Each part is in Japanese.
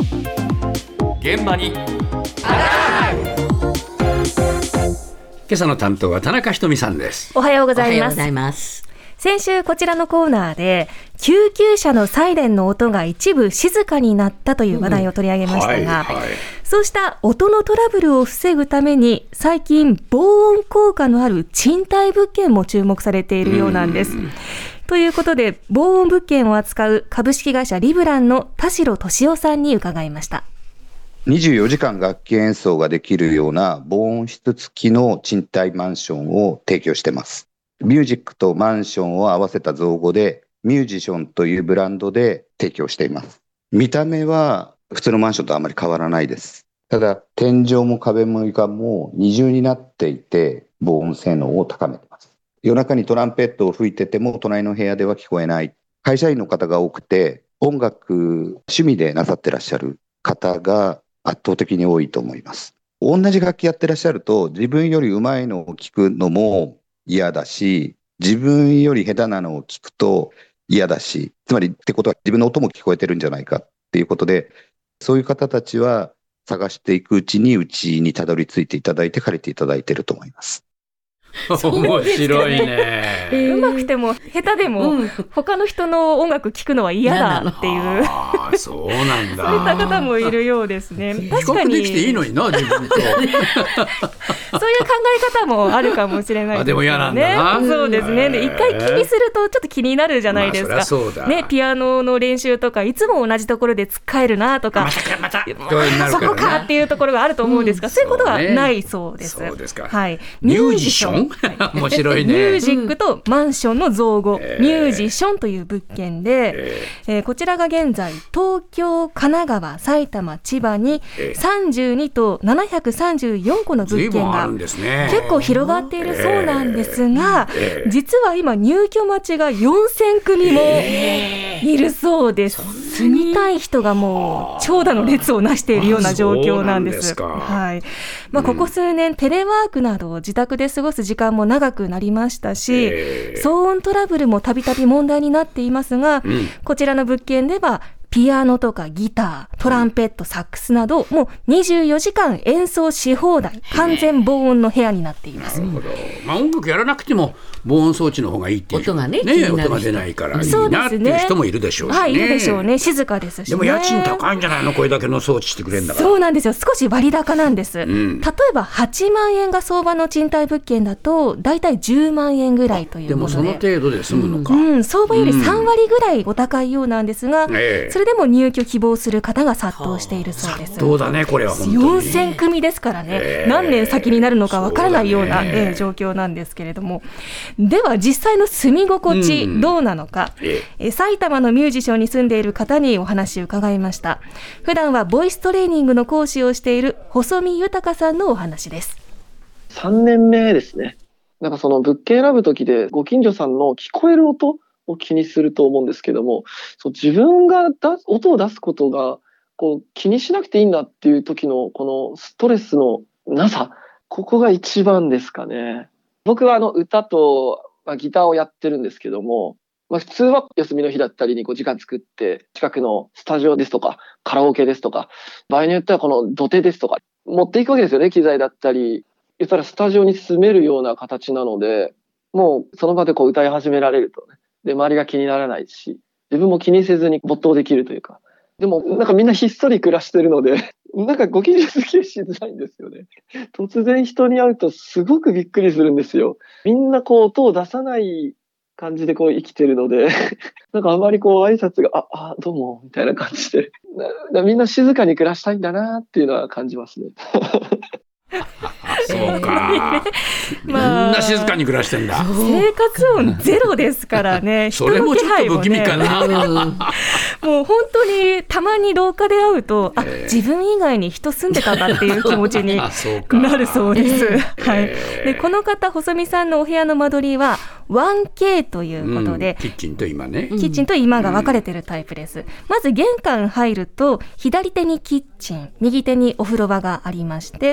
現場に今朝の担当は田中ひとみさんです。 おはようございます。 おはようございます。 先週こちらのコーナーで救急車のサイレンの音が一部静かになったという話題を取り上げましたが、そうした音のトラブルを防ぐために最近防音効果のある賃貸物件も注目されているようなんです。ということで防音物件を扱う株式会社リブランの田代俊夫さんに伺いました。 24時間楽器演奏ができるような防音室付きの賃貸マンションを提供しています。ミュージックとマンションを合わせた造語でミュージションというブランドで提供しています。見た目は普通のマンションとあまり変わらないです。ただ天井も壁も床も二重になっていて防音性能を高めています。夜中にトランペットを吹いてても隣の部屋では聞こえない。会社員の方が多くて音楽趣味でなさってらっしゃる方が圧倒的に多いと思います。同じ楽器やってらっしゃると自分より上手いのを聞くのも嫌だし、自分より下手なのを聞くと嫌だし、つまりってことは自分の音も聞こえてるんじゃないかっていうことで、そういう方たちは探していくうちにうちにたどり着いていただいて借りていただいていると思います。 面白いね。 うまくても下手でも、他の人の音楽聴くのは嫌だっていうそうなんだ。 そういった方もいるようですね。確かに比較できていいのにな自分とそういう考え方もあるかもしれないですね。 でも嫌なんだな。 そうですね。で一回気にするとちょっと気になるじゃないですか。 そりゃそうだね、ピアノの練習とかいつも同じところでつっかえるなとか、 またそこかっていうところがあると思うんですが、そういうことはないそうです。 そうですか。 はい。 ミュージション面白いね。 ミュージックとマンションの造語、ミュージションという物件で、こちらが現在東京、神奈川、埼玉、千葉に32と734個の物件が結構広がっているそうなんですが、実は今入居待ちが4000組もいるそうです。住みたい人がもう長蛇の列をなしているような状況なんです。はい。ここ数年テレワークなど自宅で過ごす時間も長くなりましたし、騒音トラブルもたびたび問題になっていますが、こちらの物件ではピアノとかギター、トランペット、サックスなどもう24時間演奏し放題、完全防音の部屋になっています。 なるほど。音楽やらなくても防音装置の方がいいっていう音がね、 音が出ないからいいなっていう人もいるでしょうしね。 はい、いるでしょうね。静かですしね。 でも家賃高いんじゃないの、これだけの装置してくれるんだから。 そうなんですよ。少し割高なんです。例えば8万円が相場の賃貸物件だとだいたい10万円ぐらいというもので、 でもその程度で済むのか。 相場より3割ぐらいお高いようなんですが、それでも入居希望する方が殺到しているそうです。 どうだね、これは本当に 4000組ですからね、何年先になるのかわからないような、状況なんですけれども、では実際の住み心地どうなのか、埼玉のミュージシャンに住んでいる方にお話を伺いました。普段はボイストレーニングの講師をしている細見豊さんのお話です。 3年目ですね。その物件選ぶときでご近所さんの聞こえる音を気にすると思うんですけども、自分が音を出すことが気にしなくていいんだっていう時のこのストレスのなさ、ここが一番ですかね。僕は歌と、ギターをやってるんですけども、普通は休みの日だったりに時間作って近くのスタジオですとかカラオケですとか、場合によってはこの土手ですとか持っていくわけですよね。機材だったり言ったらスタジオに住めるような形なので、もうその場で歌い始められるとね、で周りが気にならないし、自分も気にせずに没頭できるというか。でもみんなひっそり暮らしてるのでご近所付き合いしづらいんですよね。突然人に会うとすごくびっくりするんですよ。みんな音を出さない感じで生きてるのであまり挨拶がどうもみたいな感じでみんな静かに暮らしたいんだなっていうのは感じますね。 そうか、みんな静かに暮らしてんだ。 生活音ゼロですからね。 それもちょっと不気味かな。 もう本当にたまに廊下で会うと、自分以外に人住んでたんだっていう気持ちになるそうです。はい。でこの方、細見さんのお部屋の間取りは 1K ということで、 キッチンと今ね、 キッチンと今が分かれてるタイプです。まず玄関入ると左手にキッチン、右手にお風呂場がありまして、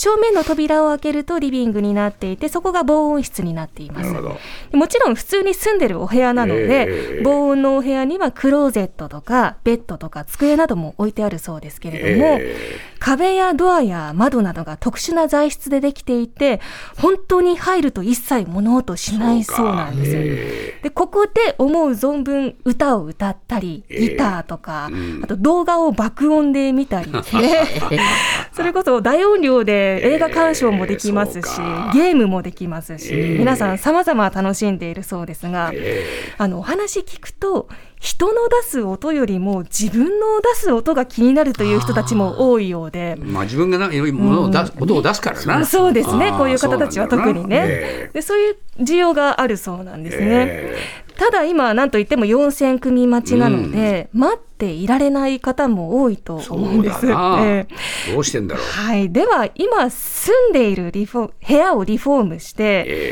正面の扉を開けるとリビングになっていて、そこが防音室になっています。もちろん普通に住んでるお部屋なので、防音のお部屋にはクローゼットとかベッドとか机なども置いてあるそうですけれども、壁やドアや窓などが特殊な材質でできていて、本当に入ると一切物音しないそうなんですよ。でここで思う存分歌を歌ったり、ギターとか、あと動画を爆音で見たりですねそれこそ大音量で映画鑑賞もできますし、ゲームもできますし、皆さん様々楽しんでいるそうですが、お話聞くと人の出す音よりも自分の出す音が気になるという人たちも多いようで、 自分が物を音を出すからな、 そうですね、こういう方たちは特にね、でそういう需要があるそうなんですね。ただ今何といっても4000組待ちなので、待っていられない方も多いと思うんです。 どうしてんだろう。 はい、では今住んでいる部屋をリフォームして、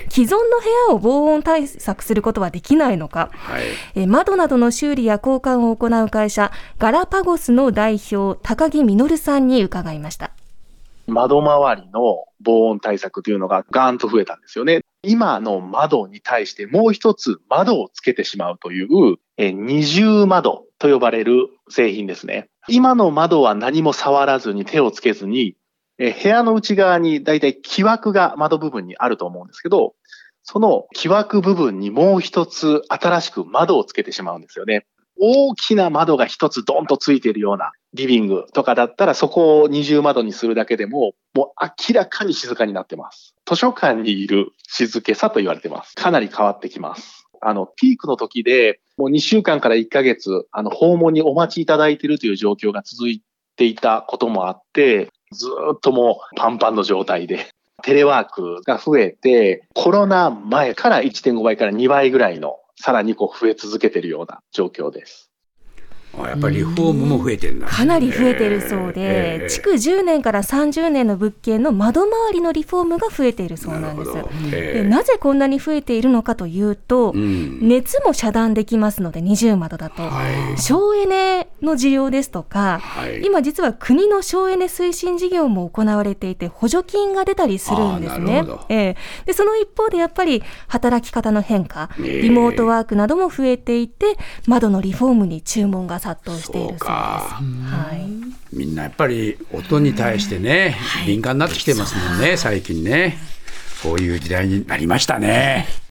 既存の部屋を防音対策することはできないのか、窓などの修理や交換を行う会社ガラパゴスの代表高木実さんに伺いました。 窓周りの防音対策というのがガーンと増えたんですよね。今の窓に対してもう一つ窓をつけてしまうという二重窓と呼ばれる製品ですね。今の窓は何も触らずに手をつけずに、部屋の内側にだいたい木枠が窓部分にあると思うんですけど、その木枠部分にもう一つ新しく窓をつけてしまうんですよね。大きな窓が一つドンとついているようなリビングとかだったら、そこを二重窓にするだけでもう明らかに静かになってます。図書館にいる静けさと言われてます。かなり変わってきます。ピークの時でもう2週間から1ヶ月訪問にお待ちいただいているという状況が続いていたこともあって、ずっともうパンパンの状態で、テレワークが増えて、コロナ前から 1.5 倍から2倍ぐらいのさらに増え続けているような状況です。 やっぱりリフォームも増えてるんだ、 かなり増えているそうで、築10年から30年の物件の窓周りのリフォームが増えているそうなんです。でなぜこんなに増えているのかというと、熱も遮断できますので、二重窓だと、省エネの需要ですとか、今実は国の省エネ推進事業も行われていて、補助金が出たりするんですね。でその一方でやっぱり働き方の変化、リモートワークなども増えていて、窓のリフォームに注文が殺到しているそうです。 みんなやっぱり音に対してね、敏感になってきてますもんね、最近ね。こういう時代になりましたね。